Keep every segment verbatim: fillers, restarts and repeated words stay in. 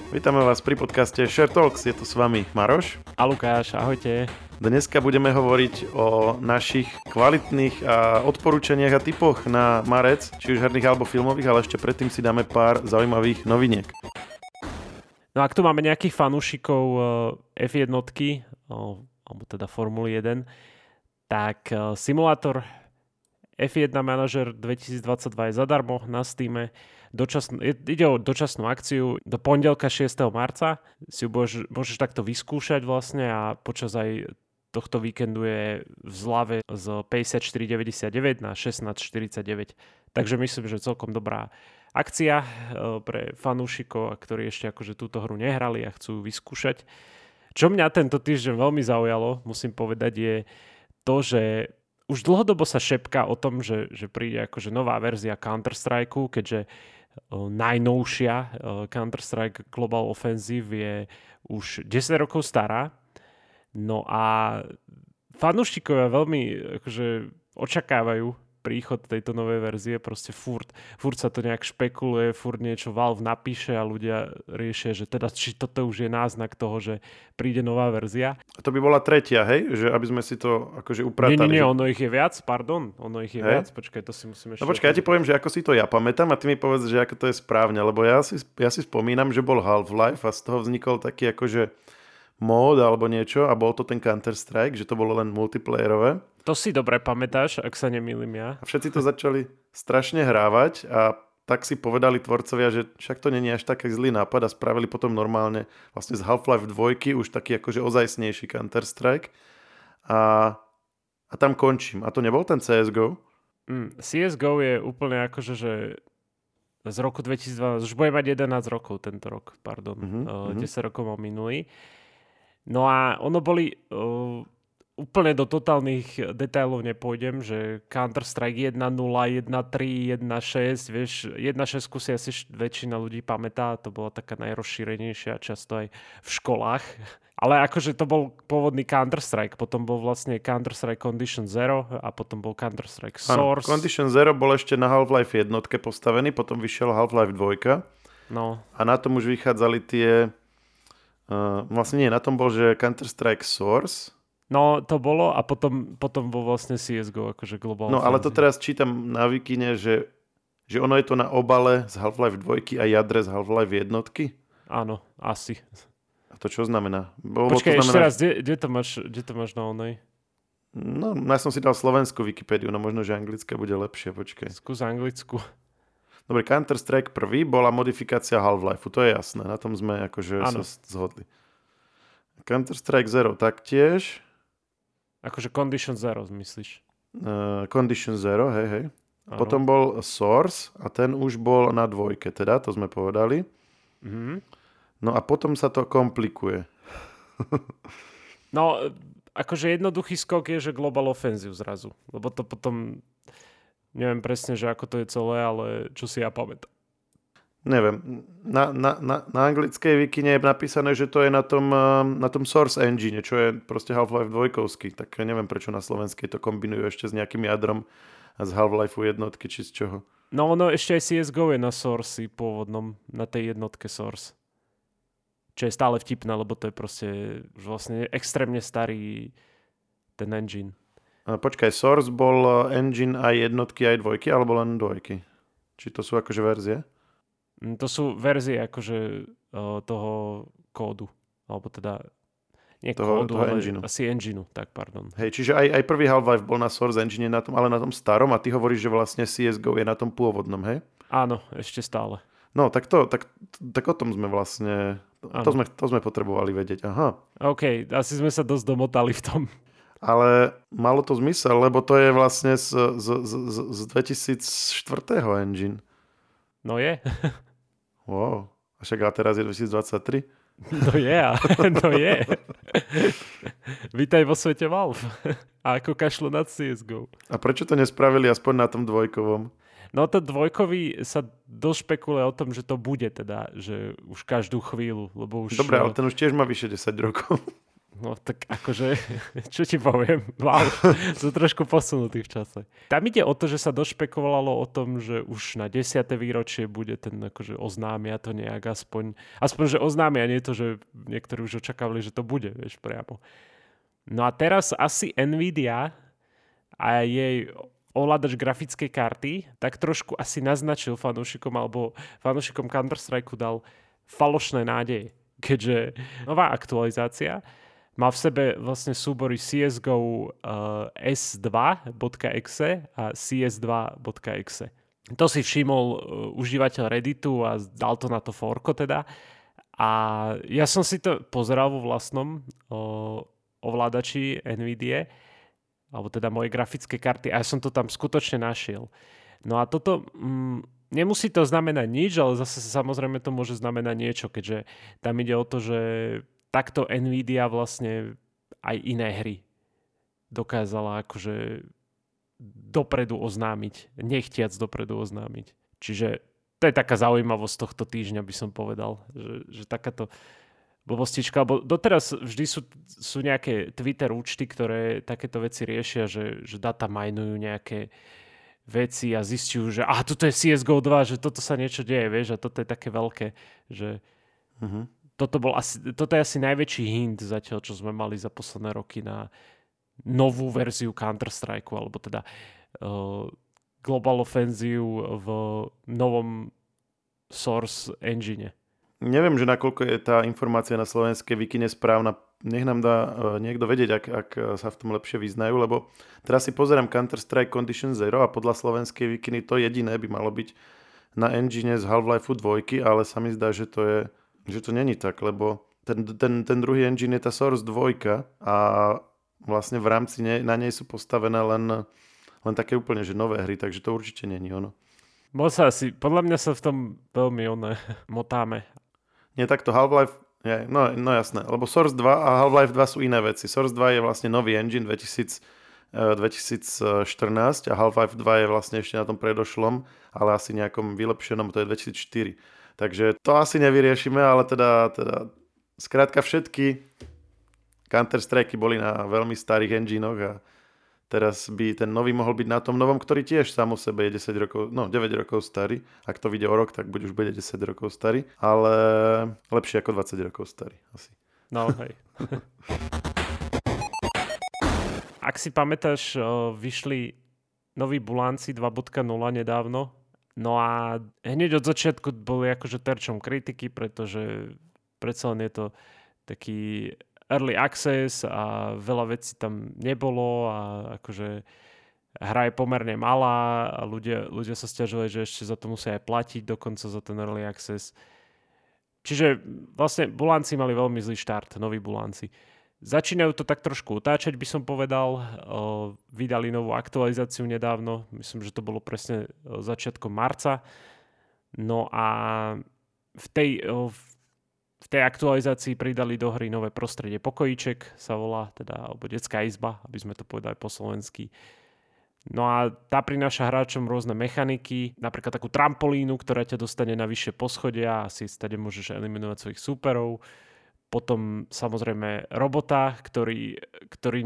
Vítame vás pri podcaste Share Talks, je tu s vami Maroš a Lukáš, ahojte. Dneska budeme hovoriť o našich kvalitných a odporúčaniach a tipoch na marec, či už herných alebo filmových, ale ešte predtým si dáme pár zaujímavých noviniek. No ak tu máme nejakých fanúšikov ef jeden, alebo teda Formuly jeden, tak simulátor ef jeden Manager dvetisícdvadsaťdva je zadarmo na Steame. Dočasn- ide o dočasnú akciu do pondelka šiesteho marca. Si ju môžeš, môžeš takto vyskúšať vlastne a počas aj tohto víkendu je v zlave z päťdesiatštyri deväťdesiatdeväť na šestnásť štyridsaťdeväť. Takže myslím, že celkom dobrá akcia pre fanúšikov, ktorí ešte akože túto hru nehrali a chcú vyskúšať. Čo mňa tento týždeň veľmi zaujalo, musím povedať, je to, že už dlhodobo sa šepká o tom, že, že príde akože nová verzia Counter-Strikeu, keďže najnovšia Counter-Strike Global Offensive je už desať rokov stará. No a fanúšikovia veľmi akože očakávajú príchod tejto novej verzie, proste furt, furt sa to nejak špekuluje, furt niečo Valve napíše a ľudia riešia, že teda či toto už je náznak toho, že príde nová verzia. A to by bola tretia, hej? Že aby sme si to akože upratali. Nie, nie, nie, že... ono ich je viac, pardon, ono ich je hej? viac, počkaj, to si musím ešte... No počkaj, ja ti poviem, že ako si to ja pamätám a ty mi povedz, že ako to je správne, lebo ja si, ja si spomínam, že bol Half-Life a z toho vznikol taký akože mód alebo niečo a bol to ten Counter-Strike, že to bolo len multiplayerové. To si dobre pamätáš, ak sa nemýlim ja. A všetci to začali strašne hrávať a tak si povedali tvorcovia, že však to nie je až taký zlý nápad a spravili potom normálne vlastne z Half-Life dva už taký akože ozajstnejší Counter-Strike a, a tam končím. A to nebol ten C S G O? Mm, C S G O je úplne akože, že z roku dvetisícdvanásť, už bude mať jedenásť rokov tento rok, pardon, uh-huh, uh, uh-huh. desať rokov mal minulý. No a ono boli, uh, úplne do totálnych detailov nepôjdem, že Counter-Strike jedna nula, jedna tri, jedna šesť, vieš, jedna šesť si asi väčšina ľudí pamätá, to bola taká najrozšírenejšia, často aj v školách. Ale akože to bol pôvodný Counter-Strike, potom bol vlastne Counter-Strike Condition Zero a potom bol Counter-Strike Source. Ano, Condition Zero bol ešte na Half-Life jednotke postavený, potom vyšiel Half-Life dva. No. A na tom už vychádzali tie... Uh, vlastne nie, na tom bol, že Counter-Strike Source. No, to bolo a potom, potom bol vlastne C S G O, akože globálne. No, ale to teraz čítam na Wikine, že, že ono je to na obale z Half-Life dva a jadre z Half-Life jednotky. Áno, asi. A to čo znamená? Bo, Počkaj, to znamená, ešte raz, kde, kde, to máš, kde to máš na onej? No, ja som si dal slovenskú Wikipédiu, no možno, že anglická bude lepšie, počkaj. Skús anglickú. Dobre, Counter-Strike prvý bola modifikácia Half-Life, to je jasné, na tom sme akože ano. sa zhodli. Counter-Strike Zero taktiež. Akože Condition Zero, myslíš? Uh, Condition Zero, hej, hej. Ano. Potom bol Source a ten už bol na dvojke, teda, to sme povedali. Mhm. No a potom sa to komplikuje. No, akože jednoduchý skok je, že Global Offensive zrazu, lebo to potom... Neviem presne, že ako to je celé, ale čo si ja pamätám. Neviem. Na, na, na, na anglickej wikine je napísané, že to je na tom, na tom Source Engine, čo je proste Half-Life dvojkovský. Tak neviem, prečo na slovenskej to kombinujú ešte s nejakým jadrom z Half-Life jednotky, či z čoho. No ono ešte aj C S G O je na Source pôvodnom, na tej jednotke Source. Čo je stále vtipné, lebo to je proste už vlastne extrémne starý ten engine. Počkaj, Source bol engine aj jednotky, aj dvojky, alebo len dvojky? Či to sú akože verzie? To sú verzie akože uh, toho kódu. Alebo teda nie toho, kódu, toho ale engineu. asi engineu, tak pardon. Hej, čiže aj, aj prvý Half-Life bol na Source engine, na tom, ale na tom starom a ty hovoríš, že vlastne C S G O je na tom pôvodnom, hej? Áno, ešte stále. No, tak to, tak, tak o tom sme vlastne, to sme, to sme potrebovali vedieť, aha. OK, asi sme sa dosť domotali v tom. Ale malo to zmysel, lebo to je vlastne z, z, z, z dvetisícštyri engine. No je. Wow. A však a teraz je dvetisícdvadsaťtri? No je, to je. Vítaj vo svete Valve. A ako kašľú nad C S G O. A prečo to nespravili aspoň na tom dvojkovom? No to dvojkový sa dosť špekuluje o tom, že to bude teda, že už každú chvíľu, lebo už... Dobre, ale ten už tiež má vyše desať rokov. No tak akože, čo ti poviem, wow, sú trošku posunutí v čase. Tam ide o to, že sa došpekulovalo o tom, že už na desiate výročie bude ten, akože oznámia to nejak aspoň, aspoň, že oznámia, nie to, že niektorí už očakávali, že to bude, vieš, priamo. No a teraz asi Nvidia a jej ovládač grafickej karty tak trošku asi naznačil fanúšikom alebo fanúšikom Counter-Strike dal falošné nádeje, keďže nová aktualizácia má v sebe vlastne súbory C S G O uh, es dva bodka exe a C S dva bodka exe. To si všimol uh, užívateľ Redditu a dal to na to forko teda. A ja som si to pozeral vo vlastnom uh, ovládači Nvidie, alebo teda moje grafické karty a ja som to tam skutočne našiel. No a toto... Mm, nemusí to znamenať nič, ale zase samozrejme to môže znamenať niečo, keďže tam ide o to, že takto Nvidia vlastne aj iné hry dokázala akože dopredu oznámiť, nechtiac dopredu oznámiť. Čiže to je taká zaujímavosť tohto týždňa, by som povedal, že, že takáto blbostička, lebo doteraz vždy sú, sú nejaké Twitter účty, ktoré takéto veci riešia, že, že data minujú nejaké veci a zistujú, že aha, toto je C S G O dva, že toto sa niečo deje, vieš, a toto je také veľké, že uh-huh. toto, bol asi, toto je asi najväčší hint zatiaľ, čo sme mali za posledné roky na novú verziu Counter-Strike, alebo teda uh, Global Offensive v novom Source engine. Neviem, že nakoľko je tá informácia na slovenskej wiki nesprávna. Nech nám dá uh, niekto vedieť, ak, ak sa v tom lepšie vyznajú, lebo teraz si pozerám Counter-Strike Condition Zero a podľa slovenskej wiki to jediné by malo byť na engine z Half-Life dva, ale sa mi zdá, že to je, že to není tak, lebo ten, ten, ten druhý engine je tá Source dva a vlastne v rámci nej, na nej sú postavené len, len také úplne, že nové hry, takže to určite není ono. Mosa si, podľa mňa sa v tom veľmi one, motáme. Nie, takto Half-Life, je, no, no jasné, lebo Source dva a Half-Life dva sú iné veci. Source dva je vlastne nový engine dvetisíc, dvetisícštrnásť a Half-Life dva je vlastne ešte na tom predošlom, ale asi nejakom vylepšenom, to je dvetisícštyri. Takže to asi nevyriešime, ale teda, teda skrátka všetky Counter-Strike boli na veľmi starých enginoch a teraz by ten nový mohol byť na tom novom, ktorý tiež sám o sebe je desať rokov, no deväť rokov starý. Ak to vyjde o rok, tak buď už bude desať rokov starý, ale lepšie ako dvadsať rokov starý asi. No hej. Ak si pamätáš, vyšli noví Bulánci dva bodka nula nedávno. No a hneď od začiatku boli akože terčom kritiky, pretože predsa len je to taký early access a veľa vecí tam nebolo a akože hra je pomerne malá a ľudia, ľudia sa sťažovali, že ešte za to musia aj platiť dokonca za ten early access. Čiže vlastne Bulánci mali veľmi zlý štart, noví Bulánci. Začínajú to tak trošku utáčať, by som povedal. Vydali novú aktualizáciu nedávno, myslím, že to bolo presne začiatkom marca. No a v tej... V V tej aktualizácii pridali do hry nové prostredie Pokojíček, sa volá, teda, alebo Detská izba, aby sme to povedali po slovensky. No a tá prináša hráčom rôzne mechaniky, napríklad takú trampolínu, ktorá ťa dostane na vyššie poschodia a si stade môžeš eliminovať svojich súperov. Potom samozrejme robota, ktorý, ktorý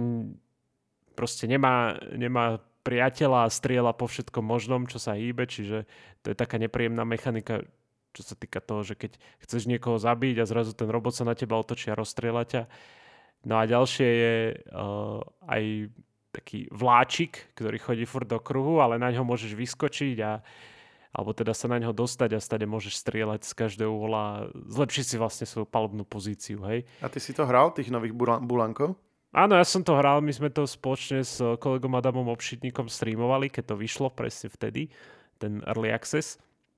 proste nemá, nemá priateľa a strieľa po všetkom možnom, čo sa hýbe, čiže to je taká nepríjemná mechanika, čo sa týka toho, že keď chceš niekoho zabiť a zrazu ten robot sa na teba otočí a rozstrieľa ťa. No a ďalšie je uh, aj taký vláčik, ktorý chodí furt do kruhu, ale na ňo môžeš vyskočiť a alebo teda sa na ňo dostať a stade môžeš strieľať z každého uhla, zlepšiť si vlastne svoju palubnú pozíciu, hej. A ty si to hral, tých nových Bulankov? Áno, ja som to hral, my sme to spoločne s kolegom Adamom Obšitníkom streamovali, keď to vyšlo presne vtedy, ten early access.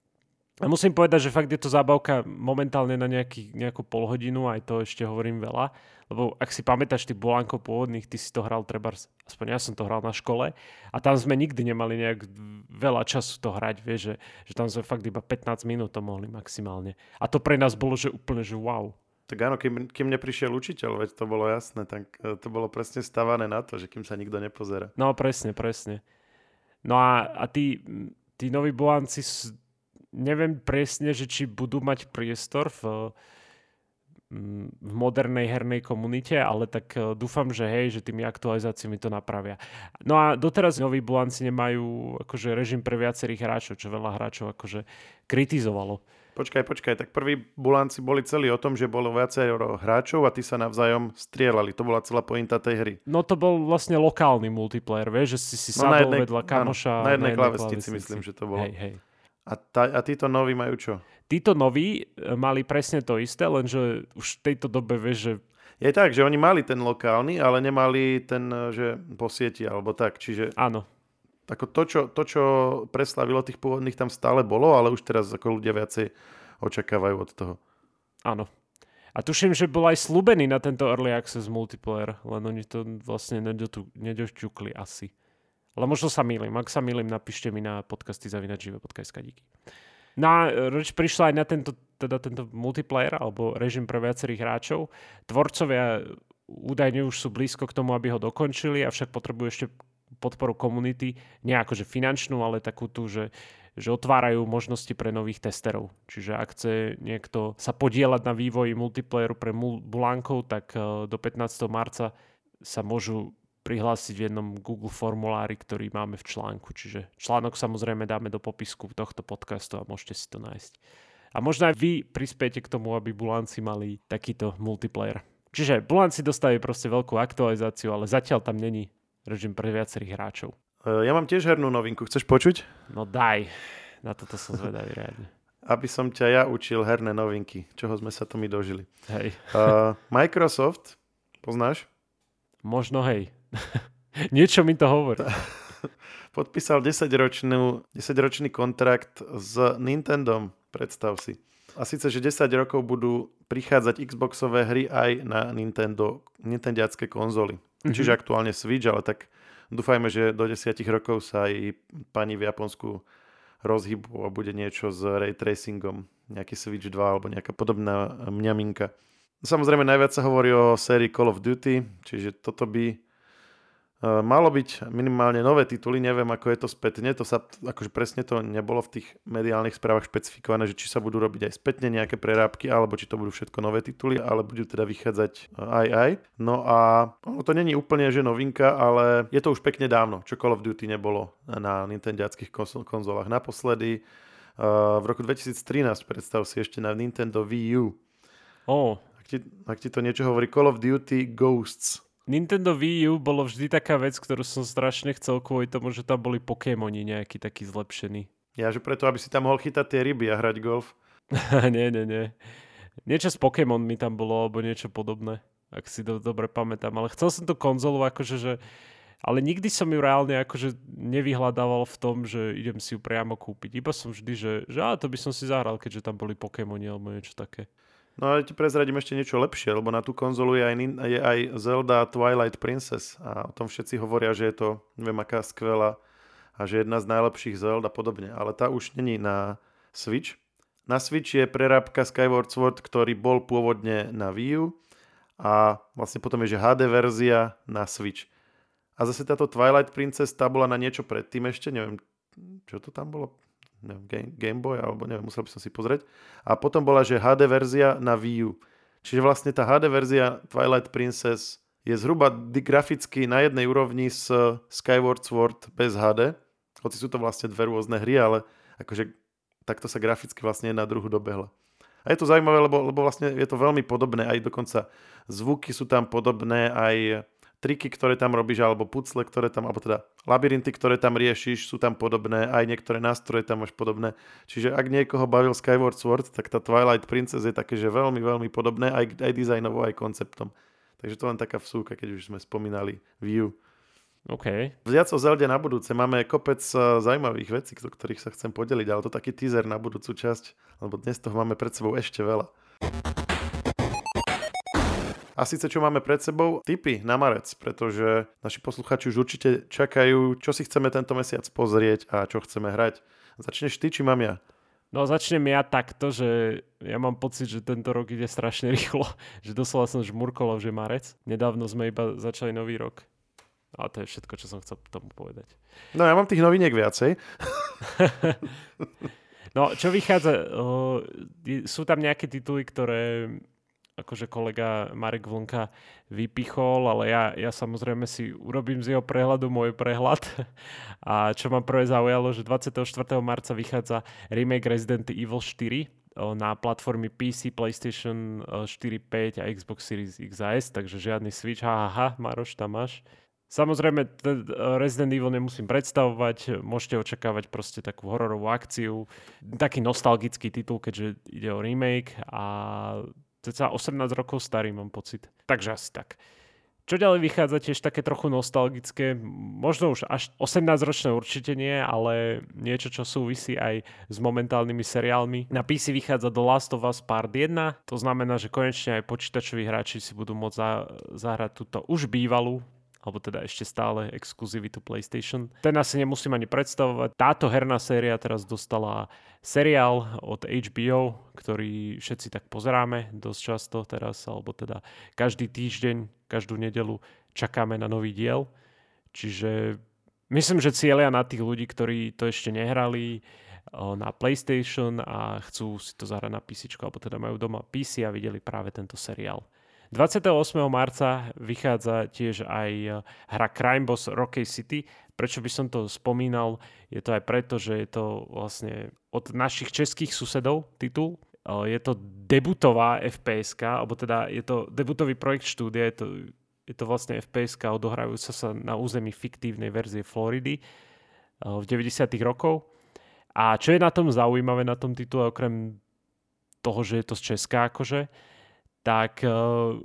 A musím povedať, že fakt je to zábavka momentálne na nejaký, nejakú polhodinu, aj to ešte hovorím veľa, lebo ak si pamätáš tých Bulankov pôvodných, ty si to hral trebárs, aspoň ja som to hral na škole a tam sme nikdy nemali nejak veľa času to hrať, vieš, že, že tam sme fakt iba pätnásť minút to mohli maximálne. A to pre nás bolo, že úplne, že wow. Tak áno, kým, kým neprišiel učiteľ, veď to bolo jasné, tak to bolo presne stavané na to, že kým sa nikto nepozerá. No presne, presne. No a, a tí, tí noví Bulanci neviem presne, že či budú mať priestor v v modernej hernej komunite, ale tak dúfam, že hej, že tými aktualizáciami to napravia. No a doteraz noví Bulanci nemajú akože režim pre viacerých hráčov, čo veľa hráčov akože kritizovalo. Počkaj, počkaj, tak prví Bulanci boli celí o tom, že bolo viacero hráčov a tí sa navzájom strieľali. To bola celá pointa tej hry. No to bol vlastne lokálny multiplayer, vieš, že si si no, sadol jednej, vedľa kamoša. Áno, na jednej klávesnici myslím, že to bolo. Hej, hej. A, tá, a títo noví majú čo? Títo noví mali presne to isté, lenže už v tejto dobe, vieš, že... Je tak, že oni mali ten lokálny, ale nemali ten, že po sieti, alebo tak, čiže... Áno. Ako to, čo, to, čo preslavilo tých pôvodných, tam stále bolo, ale už teraz ako ľudia viacej očakávajú od toho. Áno. A tuším, že bol aj slúbený na tento Early Access multiplayer, len oni to vlastne nedoťukli asi. Ale možno sa mýlim. Ak sa mýlim, napíšte mi na podcasty zavinať žive bodka es ká. Díky. No a reč prišla aj na tento, teda tento multiplayer, alebo režim pre viacerých hráčov. Tvorcovia údajne už sú blízko k tomu, aby ho dokončili, avšak potrebujú ešte podporu komunity, nie akože finančnú, ale takú tú, že, že otvárajú možnosti pre nových testerov. Čiže ak chce niekto sa podieľať na vývoji multiplayeru pre Bulánkov, tak do pätnásteho marca sa môžu prihlásiť v jednom Google formulári, ktorý máme v článku. Čiže článok samozrejme dáme do popisku tohto podcastu a môžete si to nájsť. A možno aj vy prispiete k tomu, aby Bulánci mali takýto multiplayer. Čiže Bulánci dostali proste veľkú aktualizáciu, ale zatiaľ tam není režim pre viacerých hráčov. Ja mám tiež hernú novinku. Chceš počuť? No daj. Na toto som zvedavý riadne. Aby som ťa ja učil herné novinky. Čoho sme sa to my dožili. Hej. Uh, Microsoft, poznáš? Možno hej. Niečo mi to hovorí. Podpísal desaťročný, desaťročný kontrakt s Nintendom. Predstav si. A síce, že desať rokov budú prichádzať Xboxové hry aj na Nintendo, nintendiacké konzoly. Mm-hmm. Čiže aktuálne Switch, ale tak dúfajme, že do desiatich rokov sa aj pani v Japonsku rozhýbu a bude niečo s ray tracingom. Nejaký Switch dva alebo nejaká podobná mňaminka. Samozrejme najviac sa hovorí o sérii Call of Duty, čiže toto by uh, malo byť minimálne nové tituly, neviem ako je to spätne, to sa, akože presne to nebolo v tých mediálnych správach špecifikované, že či sa budú robiť aj spätne nejaké prerábky, alebo či to budú všetko nové tituly, ale budú teda vychádzať aj aj. No a ono to není úplne že novinka, ale je to už pekne dávno, čo Call of Duty nebolo na nintendiackých konzolách. Naposledy uh, v roku dvetisíctrinásť, predstav si, ešte na Nintendo Wii U. Oh. Ak ti, ak ti to niečo hovorí, Call of Duty Ghosts. Nintendo Wii U bolo vždy taká vec, ktorú som strašne chcel kvôli tomu, že tam boli Pokémoni nejaký taký zlepšený. Ja, že preto, aby si tam mohol chytať tie ryby a hrať golf. nie, nie, nie. Niečo s Pokémonmi tam bolo, alebo niečo podobné, ak si to dobre pamätám. Ale chcel som tú konzolu, akože, že... Ale nikdy som ju reálne akože nevyhľadával v tom, že idem si ju priamo kúpiť. Iba som vždy, že, že á, to by som si zahral, keďže tam boli Pokémoni alebo niečo také. No ale ti prezradím ešte niečo lepšie, lebo na tú konzolu je aj, je aj Zelda Twilight Princess a o tom všetci hovoria, že je to, neviem aká skvelá a že jedna z najlepších Zelda a podobne, ale tá už není na Switch. Na Switch je prerábka Skyward Sword, ktorý bol pôvodne na Wii U a vlastne potom je, že há dé verzia na Switch. A zase táto Twilight Princess, tá bola na niečo predtým ešte, neviem, čo to tam bolo? Neviem, Game, Game Boy, alebo neviem, musel by som si pozrieť. A potom bola, že há dé verzia na Wii U. Čiže vlastne tá há dé verzia Twilight Princess je zhruba graficky na jednej úrovni s Skyward Sword bez há dé. Hoci sú to vlastne dve rôzne hry, ale akože takto sa graficky vlastne jedna druhu dobehla. A je to zaujímavé, lebo, lebo vlastne je to veľmi podobné, aj dokonca zvuky sú tam podobné, aj triky, ktoré tam robíš, alebo pucle, ktoré tam, alebo teda labyrinty, ktoré tam riešiš, sú tam podobné, aj niektoré nástroje tam máš podobné. Čiže ak niekoho bavil Skyward Sword, tak tá Twilight Princess je také, že veľmi, veľmi podobné, aj, aj dizajnovo, aj konceptom. Takže to len taká vsúka, keď už sme spomínali Wii U. OK. Viac o Zelde na budúce. Máme kopec zaujímavých vecí, o ktorých sa chcem podeliť, ale to taký teaser na budúcu časť, lebo dnes toho máme pred sebou ešte veľa. A síce, čo máme pred sebou? Tipy na marec, pretože naši posluchači už určite čakajú, čo si chceme tento mesiac pozrieť a čo chceme hrať. Začneš ty, či mám ja? No začnem ja takto, že ja mám pocit, že tento rok ide strašne rýchlo. Že doslova som žmurkol, že marec. Nedávno sme iba začali nový rok. A to je všetko, čo som chcel tomu povedať. No ja mám tých noviniek viacej. No čo vychádza? Uh, sú tam nejaké tituly, ktoré... akože kolega Marek Vlnka vypichol, ale ja, ja samozrejme si urobím z jeho prehľadu môj prehľad. A čo ma prvé zaujalo, že dvadsiateho štvrtého marca vychádza remake Resident Evil štyri na platformy pé cé, PlayStation štyri, päť a Xbox Series X a S, takže žiadny Switch. Ha, ha, ha, Maroš, tam máš. Samozrejme, Resident Evil nemusím predstavovať, môžete očakávať proste takú hororovú akciu, taký nostalgický titul, keďže ide o remake a cca osemnásť rokov starý, mám pocit. Takže asi tak. Čo ďalej vychádza tiež také trochu nostalgické, možno už až osemnásťročné určite nie, ale niečo, čo súvisí aj s momentálnymi seriálmi. Na pé cé vychádza The Last of Us Part jeden, to znamená, že konečne aj počítačoví hráči si budú môcť za- zahrať túto už bývalú, alebo teda ešte stále exkluzivitu PlayStation. Ten asi nemusím ani predstavovať. Táto herná séria teraz dostala seriál od há bé ó, ktorý všetci tak pozeráme dosť často teraz, alebo teda každý týždeň, každú nedeľu čakáme na nový diel. Čiže myslím, že cieľia na tých ľudí, ktorí to ešte nehrali na PlayStation a chcú si to zahrať na písičku, alebo teda majú doma pé cé a videli práve tento seriál. dvadsiateho ôsmeho marca vychádza tiež aj hra Crime Boss Rocky City. Prečo by som to spomínal? Je to aj preto, že je to vlastne od našich českých susedov titul. Je to debutová ef pé eska, alebo teda je to debutový projekt štúdia. Je to, je to vlastne ef pé eska odohrajúca sa na území fiktívnej verzie Floridy v deväťdesiatych rokov. A čo je na tom zaujímavé na tom titule, okrem toho, že je to z Česka akože, tak uh,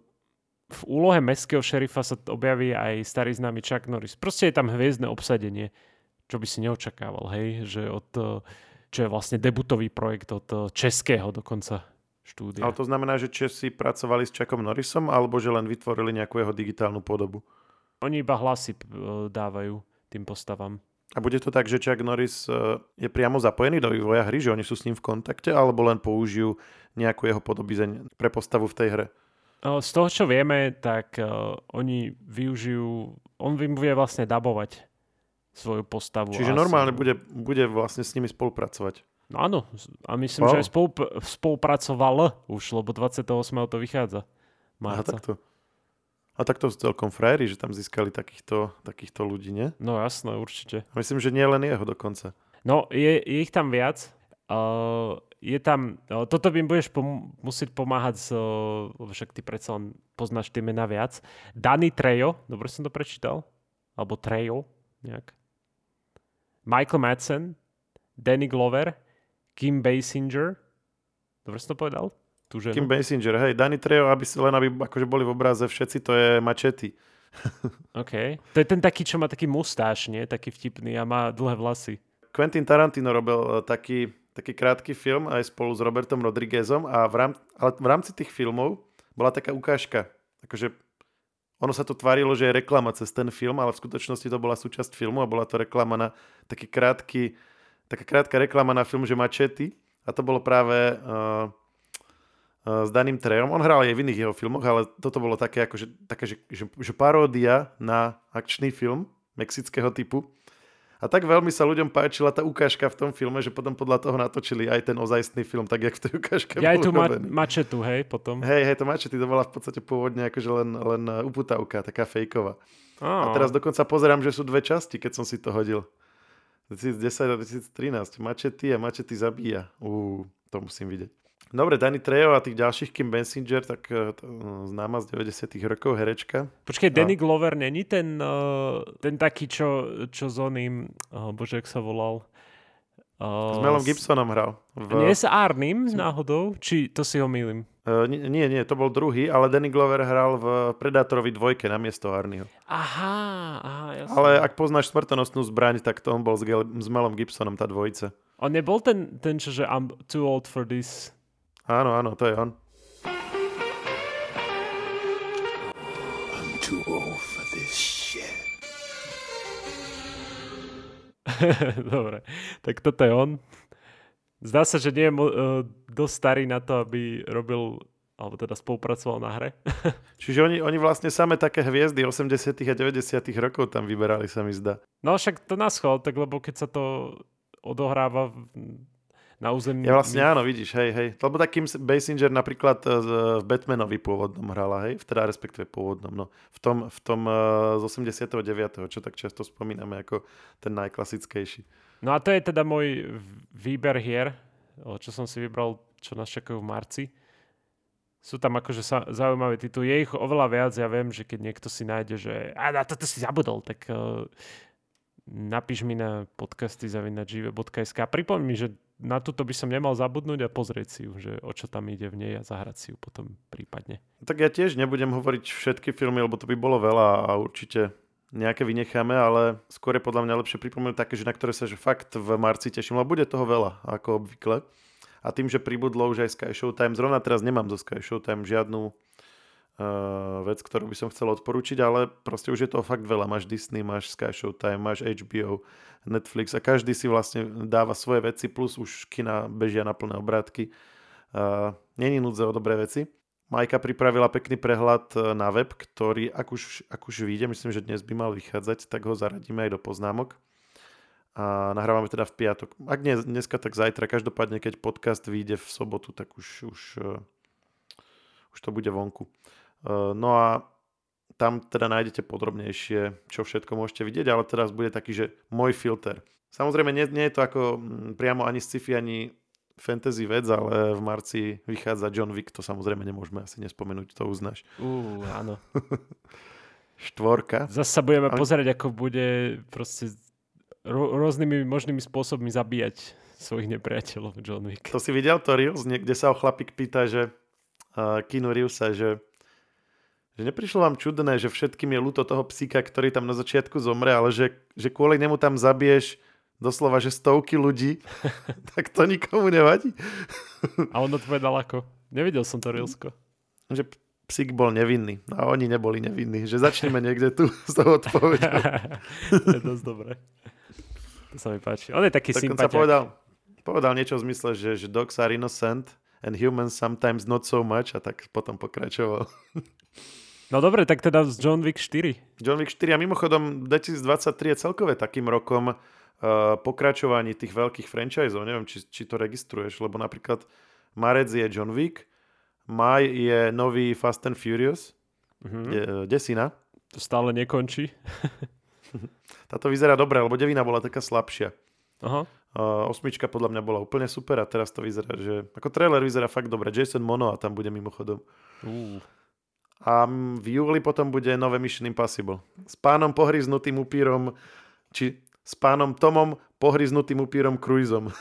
v úlohe mestského šerifa sa objaví aj starý známy Chuck Norris. Proste je tam hviezdne obsadenie, čo by si neočakával, hej, že od, uh, čo je vlastne debutový projekt od uh, českého dokonca štúdia. Ale to znamená, že Česi pracovali s Chuckom Norrisom, alebo že len vytvorili nejakú jeho digitálnu podobu? Oni iba hlasy uh, dávajú tým postavám. A bude to tak, že Chuck Norris je priamo zapojený do vývoja hry, že oni sú s ním v kontakte, alebo len použijú nejakú jeho podobizeň pre postavu v tej hre? Z toho, čo vieme, tak uh, oni využijú, on im bude vlastne dabovať svoju postavu. Čiže normálne bude, bude vlastne s nimi spolupracovať. No áno, a myslím, wow. že aj spolup- spolupracoval už, lebo dvadsiateho ôsmeho to vychádza. Aha, Marca. takto. A tak to sú celkom frajeri, že tam získali takýchto, takýchto ľudí, nie? No jasné, určite. Myslím, že nie len jeho dokonca. No, je, je ich tam viac. Uh, je tam, uh, toto by im budeš pom- musieť pomáhať, s, uh, lebo však ty predsa len poznáš tie mená viac. Danny Trejo, dobre som to prečítal? Alebo Trejo, nejak. Michael Madsen, Danny Glover, Kim Basinger, dobre som to povedal? Kim Basinger, hej, Danny Trejo, aby si len aby akože boli v obraze všetci, to je Machete. OK. To je ten taký, čo má taký mustáš, nie? Taký vtipný a má dlhé vlasy. Quentin Tarantino robil taký, taký krátky film aj spolu s Robertom Rodriguezom a v, rám, ale v rámci tých filmov bola taká ukážka. Akože ono sa to tvárilo, že je reklama cez ten film, ale v skutočnosti to bola súčasť filmu a bola to reklama na taký krátky, taká krátka reklama na film, že Machete a to bolo práve... Uh, s Danym Trejom. On hral aj v iných jeho filmoch, ale toto bolo také, akože, také že, že, že paródia na akčný film mexického typu. A tak veľmi sa ľuďom páčila tá ukážka v tom filme, že potom podľa toho natočili aj ten ozajstný film, tak jak v tej ukážke ja bol tu robený. ma- mačetu, hej, potom. Hej, hej, to Machete, to bola v podstate pôvodne akože len, len uputavka, taká fejková. Oh. A teraz dokonca pozerám, že sú dve časti, keď som si to hodil. dvetisícdesať a dvetisíctrinásť. Machete a Machete zabíja. Uú, to musím vidieť. Dobre, Danny Trejo a tých ďalších, Kim Basinger, tak uh, známa z deväťdesiatych rokov, herečka. Počkej, Danny a... Glover není ten, uh, ten taký, čo, čo s oným, oh, bože, jak sa volal? Uh, s Melom Gibsonom hral. V... Nie s Arnym náhodou? Či to si ho mýlim? Uh, nie, nie, to bol druhý, ale Danny Glover hral v Predátorovi dvojke namiesto Arnyho. Aha, aha, jasne. Ale ak poznáš Smrtonosnú zbraň, tak to on bol s, Gel- s Melom Gibsonom, tá dvojica. On nebol ten, ten čo, že I'm too old for this... Áno, áno, to je on. I'm too old for this shit. Dobre, tak toto je on. Zdá sa, že nie je mo- uh, dosť starý na to, aby robil, alebo teda spolupracoval na hre. Čiže oni, oni vlastne same také hviezdy osemdesiatych a deväťdesiatych rokov tam vyberali, sa mi zdá. No však to naschval, tak lebo keď sa to odohráva... V... na území... Ja vlastne áno, vidíš, hej, hej. Lebo tak Kim Basinger napríklad v Batmanovi pôvodnom hrala, hej, v teda respektíve pôvodnom, no. V tom, v tom z osemdesiateho deviateho čo tak často spomíname ako ten najklasickejší. No a to je teda môj výber hier, čo som si vybral, čo nás čakajú v marci. Sú tam akože sa, zaujímavé tituly. Je ich oveľa viac. Ja viem, že keď niekto si nájde, že a na toto si zabudol, tak uh, napíš mi na podcasty zavinať žive bodka es ká. Pripomeň mi, že na túto by som nemal zabudnúť a pozrieť si ju, že o čo tam ide v nej a zahrať si ju potom prípadne. Tak ja tiež nebudem hovoriť všetky filmy, lebo to by bolo veľa a určite nejaké vynecháme, ale skôr je podľa mňa lepšie pripomenúť také, že na ktoré sa že fakt v marci teším, lebo bude toho veľa, ako obvykle. A tým, že pribudlo už aj Sky Showtime, zrovna teraz nemám zo Sky Showtime žiadnu uh, vec, ktorú by som chcel odporučiť, ale proste už je toho fakt veľa. Máš Disney, máš Sky Showtime, máš há bé ó, Netflix a každý si vlastne dáva svoje veci, plus už kina bežia na plné obrátky. Uh, Není núdze o dobré veci. Majka pripravila pekný prehľad na web, ktorý, ak už, ak už vyjde, myslím, že dnes by mal vychádzať, tak ho zaradíme aj do poznámok. A nahrávame teda v piatok. Ak nie dneska, tak zajtra. Každopádne, keď podcast vyjde v sobotu, tak už, už, uh, už to bude vonku. Uh, no a tam teda nájdete podrobnejšie, čo všetko môžete vidieť, ale teraz bude taký, že môj filter. Samozrejme, nie, nie je to ako priamo ani sci-fi, ani fantasy vec, ale v marci vychádza John Wick, to samozrejme nemôžeme asi nespomenúť, to uznáš. Uú, áno. Štvorka. Zase sa budeme ale... pozerať, ako bude proste ro- rôznymi možnými spôsobmi zabíjať svojich nepriateľov John Wick. To si videl to Reels, kde sa ho chlapík pýta, že uh, Keanu Reevesa, že že neprišlo vám čudné, že všetkým je ľúto toho psíka, ktorý tam na začiatku zomre, ale že, že kvôli nemu tam zabiješ doslova, že stovky ľudí, tak to nikomu nevadí. A on odpovedal ako? Nevidel som to Reelsko. Že psík bol nevinný a oni neboli nevinní. Že začneme niekde tu s tou odpovedou. To je dosť dobré. To sa mi páči. On je taký tak sympatiak. On sa povedal, povedal niečo v zmysle, že, že dogs are innocent and humans sometimes not so much a tak potom pokračoval. No dobre, tak teda z John Wick štyri. John Wick štyri a mimochodom dvetisícdvadsaťtri je celkové takým rokom uh, pokračovaní tých veľkých franchiseov. Neviem, či, či to registruješ, lebo napríklad marec je John Wick, maj je nový Fast and Furious, mm-hmm. de, desina. To stále nekončí. Táto vyzerá dobre, lebo devina bola taká slabšia. Aha. Uh, osmička podľa mňa bola úplne super a teraz to vyzerá, že ako trailer vyzerá fakt dobre. Jason Momoa tam bude mimochodom. Uh. A v júli potom bude nové Mission Impossible. S pánom pohryznutým upírom, či s pánom Tomom pohryznutým upírom Cruiseom.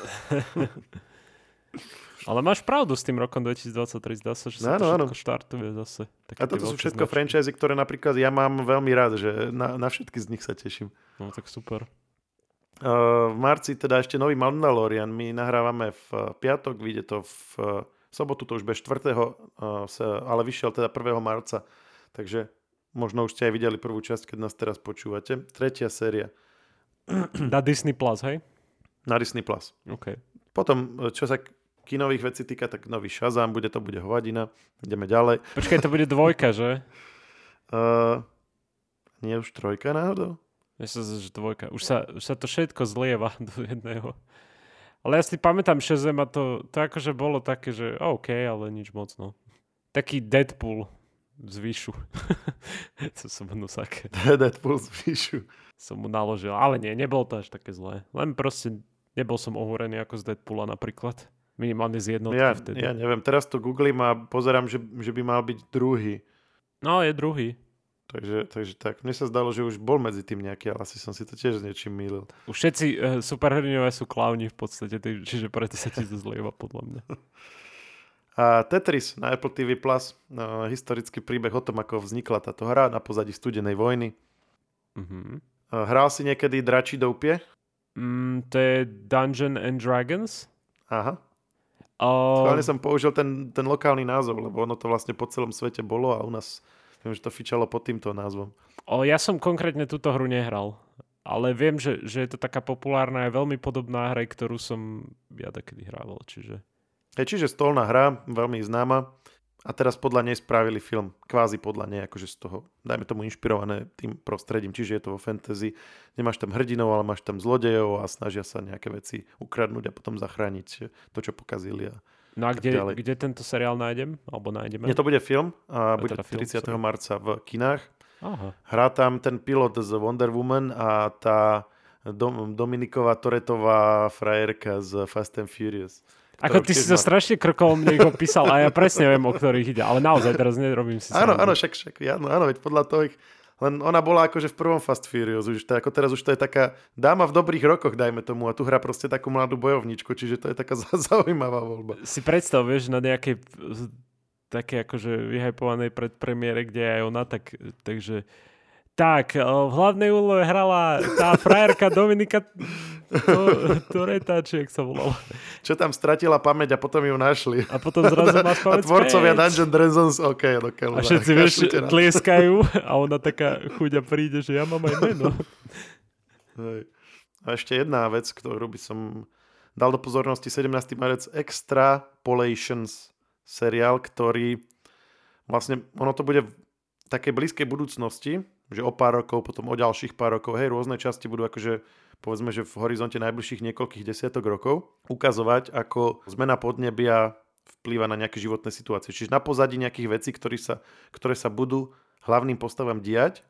Ale máš pravdu s tým rokom dvetisícdvadsaťtri. Zdá sa, že sa no, to všetko no. štartuje zase. A toto sú všetko značky. Franchise, ktoré napríklad ja mám veľmi rád, že na, na všetky z nich sa teším. No tak super. Uh, v marci teda ešte nový Mandalorian. My nahrávame v piatok, vyjde to v sobotu, to už bude štvrtého ale vyšiel teda prvého marca, takže možno už ste aj videli prvú časť, keď nás teraz počúvate. Tretia séria. Na Disney Plus, hej? Na Disney Plus. Okay. Potom, čo sa kinových vecí týka, tak nový Shazam, bude to bude hovadina. Ideme ďalej. Počkaj, to bude dvojka, že? Uh, nie už trojka náhodou? Myslím, že dvojka. Už sa, už sa to všetko zlieva do jedného. Ale ja si pamätám Shazam a to, to akože bolo také, že OK, ale nič moc, no. Taký Deadpool z výšu. To som mu saké. Deadpool z výšu. Som mu naložil, ale nie, nebolo to až také zlé. Len proste nebol som ohúrený ako z Deadpoola napríklad. Minimálne z jednotky ja, vtedy. Ja neviem, teraz to googlím a pozerám, že, že by mal byť druhý. No, je druhý. Takže, takže tak, mne sa zdalo, že už bol medzi tým nejaký, ale asi som si to tiež s niečím mýlil. Už všetci uh, superhrdinovia sú klauni v podstate, čiže preto sa ti to zlieva podľa mňa. A Tetris na Apple tí ví Plus, no, historický príbeh o tom, ako vznikla táto hra na pozadí studenej vojny. Uh-huh. Hral si niekedy Dračí doupie? Mm, to je Dungeon and Dragons. Aha. Uh... Schválne som použil ten, ten lokálny názov, lebo ono to vlastne po celom svete bolo a u nás viem, že to fičalo pod týmto názvom. O, ja som konkrétne túto hru nehral, ale viem, že, že je to taká populárna a veľmi podobná hra, ktorú som ja takedy hrával, čiže... Je, čiže stolná hra, veľmi známa. a teraz podľa nej spravili film, kvázi podľa nej, akože z toho, dajme tomu inšpirované tým prostredím, čiže je to vo fantasy, nemáš tam hrdinov, ale máš tam zlodejov a snažia sa nejaké veci ukradnúť a potom zachrániť to, čo pokazili. A no a kde, kde tento seriál nájdem? Alebo nájdeme? Nie, to bude film a A bude teda film, tridsiateho sorry. marca v kinách. Aha. Hrá tam ten pilot z Wonder Woman a tá Dom- Dominiková Torettová frajerka z Fast and Furious. Ako ty si to má... strašne krkol mne ich opísal a ja presne viem, o ktorých ide. Ale naozaj teraz nerobím si Áno, srandu. áno, však, však, áno, áno, veď podľa toho ich... Len ona bola akože v prvom Fast Furious, už to, ako teraz už to je taká dáma v dobrých rokoch, dajme tomu, a tu hrá proste takú mladú bojovničku, čiže to je taká zaujímavá voľba. Si predstav, vieš, na nejakej také akože vyhypovanej predpremiére, kde je aj ona, tak, takže tak, v hlavnej úlohe hrala tá frajerka Dominika Torettová, či jak sa volala. Čo tam stratila pamäť a potom ju našli. A potom zrazu máš pamäť A tvorcovia späť. Dungeons Dragons, ok, do keľva. A všetci, vieš, tlieskajú a ona taká chuďa príde, že ja mám aj meno. Hej. A ešte jedna vec, ktorú by som dal do pozornosti, sedemnásteho marca Extrapolations seriál, ktorý vlastne, ono to bude v takej blízkej budúcnosti, že o pár rokov, potom o ďalších pár rokov, hej, rôzne časti budú akože, povedzme, že v horizonte najbližších niekoľkých desiatok rokov ukazovať, ako zmena podnebia vplýva na nejaké životné situácie. Čiže na pozadí nejakých vecí, ktoré sa, ktoré sa budú hlavným postavám diať,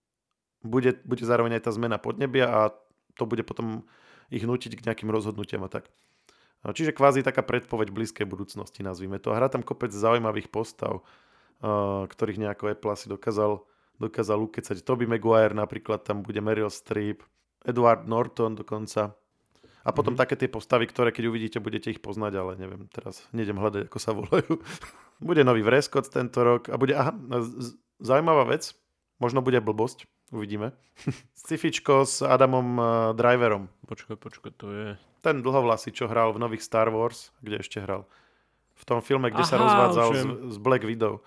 bude, bude zároveň aj tá zmena podnebia a to bude potom ich nútiť k nejakým rozhodnutiam a tak. Čiže kvázi taká predpoveď blízkej budúcnosti, nazvime to. A hrá tam kopec zaujímavých postav, ktorých nejako Apple asi dokázal dokázal ukecať. Tobey Maguire napríklad, tam bude Meryl Streep, Edward Norton dokonca. A potom mm-hmm. také tie postavy, ktoré keď uvidíte, budete ich poznať, ale neviem, teraz nejdem hľadať, ako sa volajú. Bude nový Vrescott tento rok a bude, aha, z- zaujímavá vec, možno bude blbosť, uvidíme. Sci-fičko s Adamom uh, Driverom. Počkaj, počkaj, to je... Ten dlhovlasý, čo hral v nových Star Wars, kde ešte hral. V tom filme, kde Aha, sa rozvádzal z, z Black Widow.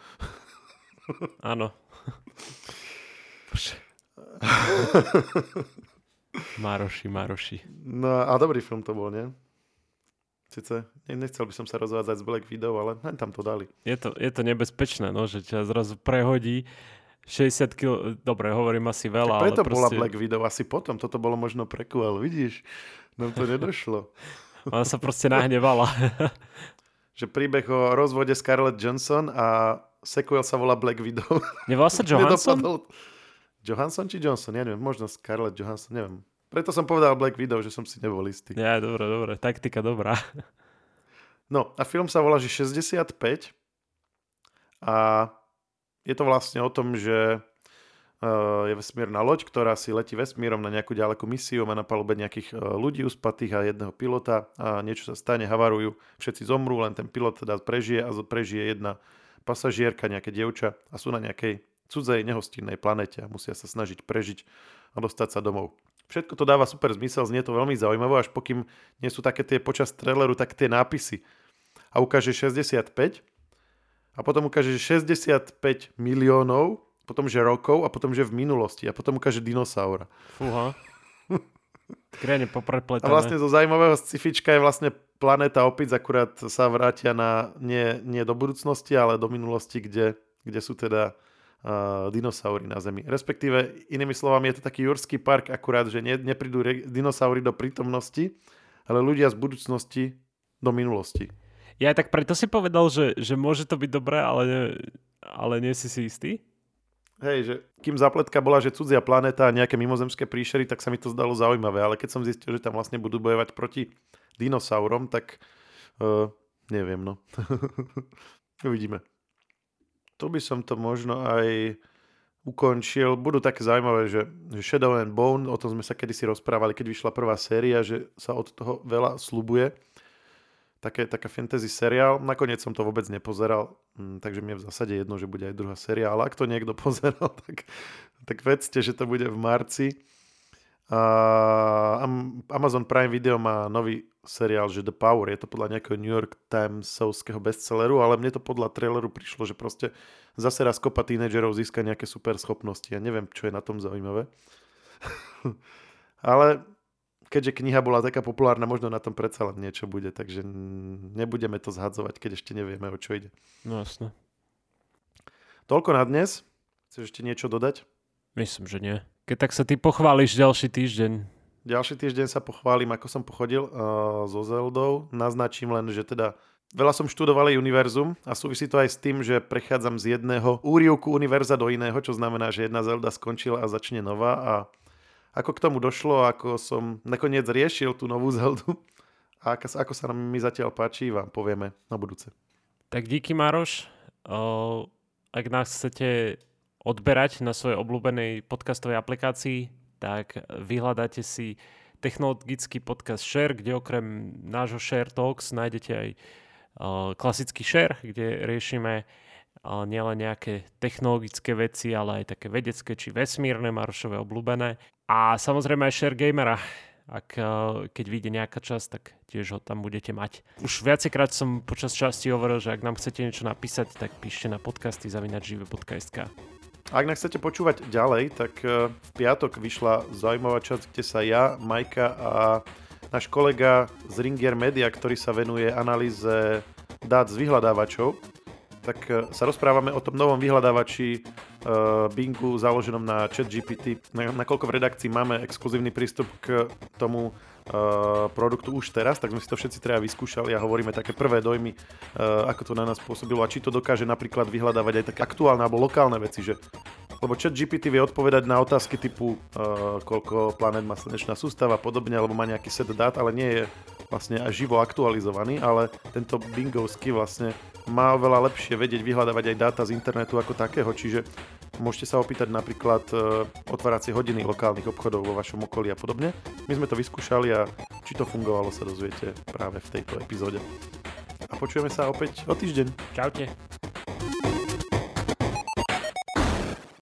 Áno. Maroši, Maroši. No a dobrý film to bol, nie? Sice nechcel by som sa rozvádzať z Black Widow, ale len tam to dali. Je to, je to nebezpečné, no, že ťa zrazu prehodí šesťdesiat kilogramov. Dobre, hovorím asi veľa, tak preto ale bola proste... Black Widow, asi potom. Toto bolo možno prequel, vidíš? Nám to nedošlo. Ona sa proste nahnevala. Že príbeh o rozvode Scarlett Johansson a sequel sa volá Black Widow. Nevolá sa Johansson? Johansson či Johnson? Ja neviem, možno Scarlett Johansson, neviem. Preto som povedal Black Widow, že som si nebol istý. Ja, dobre, dobre, taktika dobrá. No a film sa volá, že šesťdesiatpäť a je to vlastne o tom, že uh, je vesmírna loď, ktorá si letí vesmírom na nejakú ďalekú misiu, má na palube nejakých uh, ľudí uspatých a jedného pilota a niečo sa stane, havarujú, všetci zomrú, len ten pilot teda prežije a prežije jedna pasažierka, nejaké dievča a sú na nejakej cudzej nehostinnej planete a musia sa snažiť prežiť a dostať sa domov. Všetko to dáva super zmysel, znie to veľmi zaujímavé, až pokým nie sú také tie počas traileru, tak tie nápisy. A ukáže šesťdesiatpäť a potom ukáže šesťdesiatpäť miliónov, potom že rokov a potom že v minulosti a potom ukáže dinosaura. Fúha. Krajne poprepletané. A vlastne zo zaujímavého sci-fička je vlastne planéta opíc, akurát sa vrátia na, nie, nie do budúcnosti, ale do minulosti, kde, kde sú teda uh, dinosaury na Zemi. Respektíve, inými slovami, je to taký jurský park, akurát, že ne, neprídu re, dinosaury do prítomnosti, ale ľudia z budúcnosti do minulosti. Ja tak preto si povedal, že, že môže to byť dobré, ale, ne, ale nie si si istý? Hej, že kým zapletka bola, že cudzia planéta a nejaké mimozemské príšery, tak sa mi to zdalo zaujímavé, ale keď som zistil, že tam vlastne budú bojovať proti dinosaurom, tak uh, neviem, no. Uvidíme. Tu by som to možno aj ukončil. Budú také zaujímavé, že, že Shadow and Bone, o tom sme sa kedysi rozprávali, keď vyšla prvá séria, že sa od toho veľa sľubuje. Také, taká fantasy seriál. Nakoniec som to vôbec nepozeral, takže mi je v zásade jedno, že bude aj druhá séria, ale ak to niekto pozeral, tak, tak vedzte, že to bude v marci. A Amazon Prime Video má nový seriál, že The Power. Je to podľa nejakého New York Timesovského bestselleru, ale mne to podľa traileru prišlo, že proste zase raz kopa tínedžerov získa nejaké super schopnosti. Ja neviem, čo je na tom zaujímavé. Ale keďže kniha bola taká populárna, možno na tom predsa len niečo bude, takže nebudeme to zhadzovať, keď ešte nevieme, o čo ide. No jasne. toľko na dnes. Chceš ešte niečo dodať? Myslím, že nie. Keď tak sa ty pochváliš ďalší týždeň. Ďalší týždeň sa pochválim, ako som pochodil uh, so Zeldou. Naznačím len, že teda veľa som študoval aj univerzum a súvisí to aj s tým, že prechádzam z jedného úrivku univerza do iného, čo znamená, že jedna Zelda skončila a začne nová. A ako k tomu došlo, ako som nakoniec riešil tú novú Zeldu a ako, ako sa nám mi zatiaľ páči, vám povieme na budúce. Tak díky, Maroš. Uh, ak nás chcete odberať na svojej obľúbenej podcastovej aplikácii, tak vyhľadáte si technologický podcast Share, kde okrem nášho Share Talks nájdete aj uh, klasický Share, kde riešime uh, nielen nejaké technologické veci, ale aj také vedecké či vesmírne, Marošové obľúbené. A samozrejme aj Share Gamera. Ak, uh, keď vyjde nejaká časť, tak tiež ho tam budete mať. Už viacekrát som počas časti hovoril, že ak nám chcete niečo napísať, tak píšte na podcasty zavináč žive bodka es ká. Ak nás chcete počúvať ďalej, tak v piatok vyšla zaujímavá časť, kde sa ja, Majka a náš kolega z Ringier Media, ktorý sa venuje analýze dát z vyhľadávačov, tak sa rozprávame o tom novom vyhľadávači uh, Bingu založenom na ChatGPT. Nakoľko v redakcii máme exkluzívny prístup k tomu uh, produktu už teraz, tak sme si to všetci treba vyskúšali a hovoríme také prvé dojmy, uh, ako to na nás pôsobilo a či to dokáže napríklad vyhľadávať aj také aktuálne alebo lokálne veci, že lebo ChatGPT vie odpovedať na otázky typu uh, koľko planét má slnečná sústava a podobne, alebo má nejaký set dát, ale nie je vlastne až živo aktualizovaný, ale tento Bingovský vlastne má oveľa lepšie vedieť vyhľadávať aj dáta z internetu ako takého, čiže môžete sa opýtať napríklad uh, otváracie hodiny lokálnych obchodov vo vašom okolí a podobne. My sme to vyskúšali a či to fungovalo, sa dozviete práve v tejto epizóde. A počujeme sa opäť o týždeň. Čaute.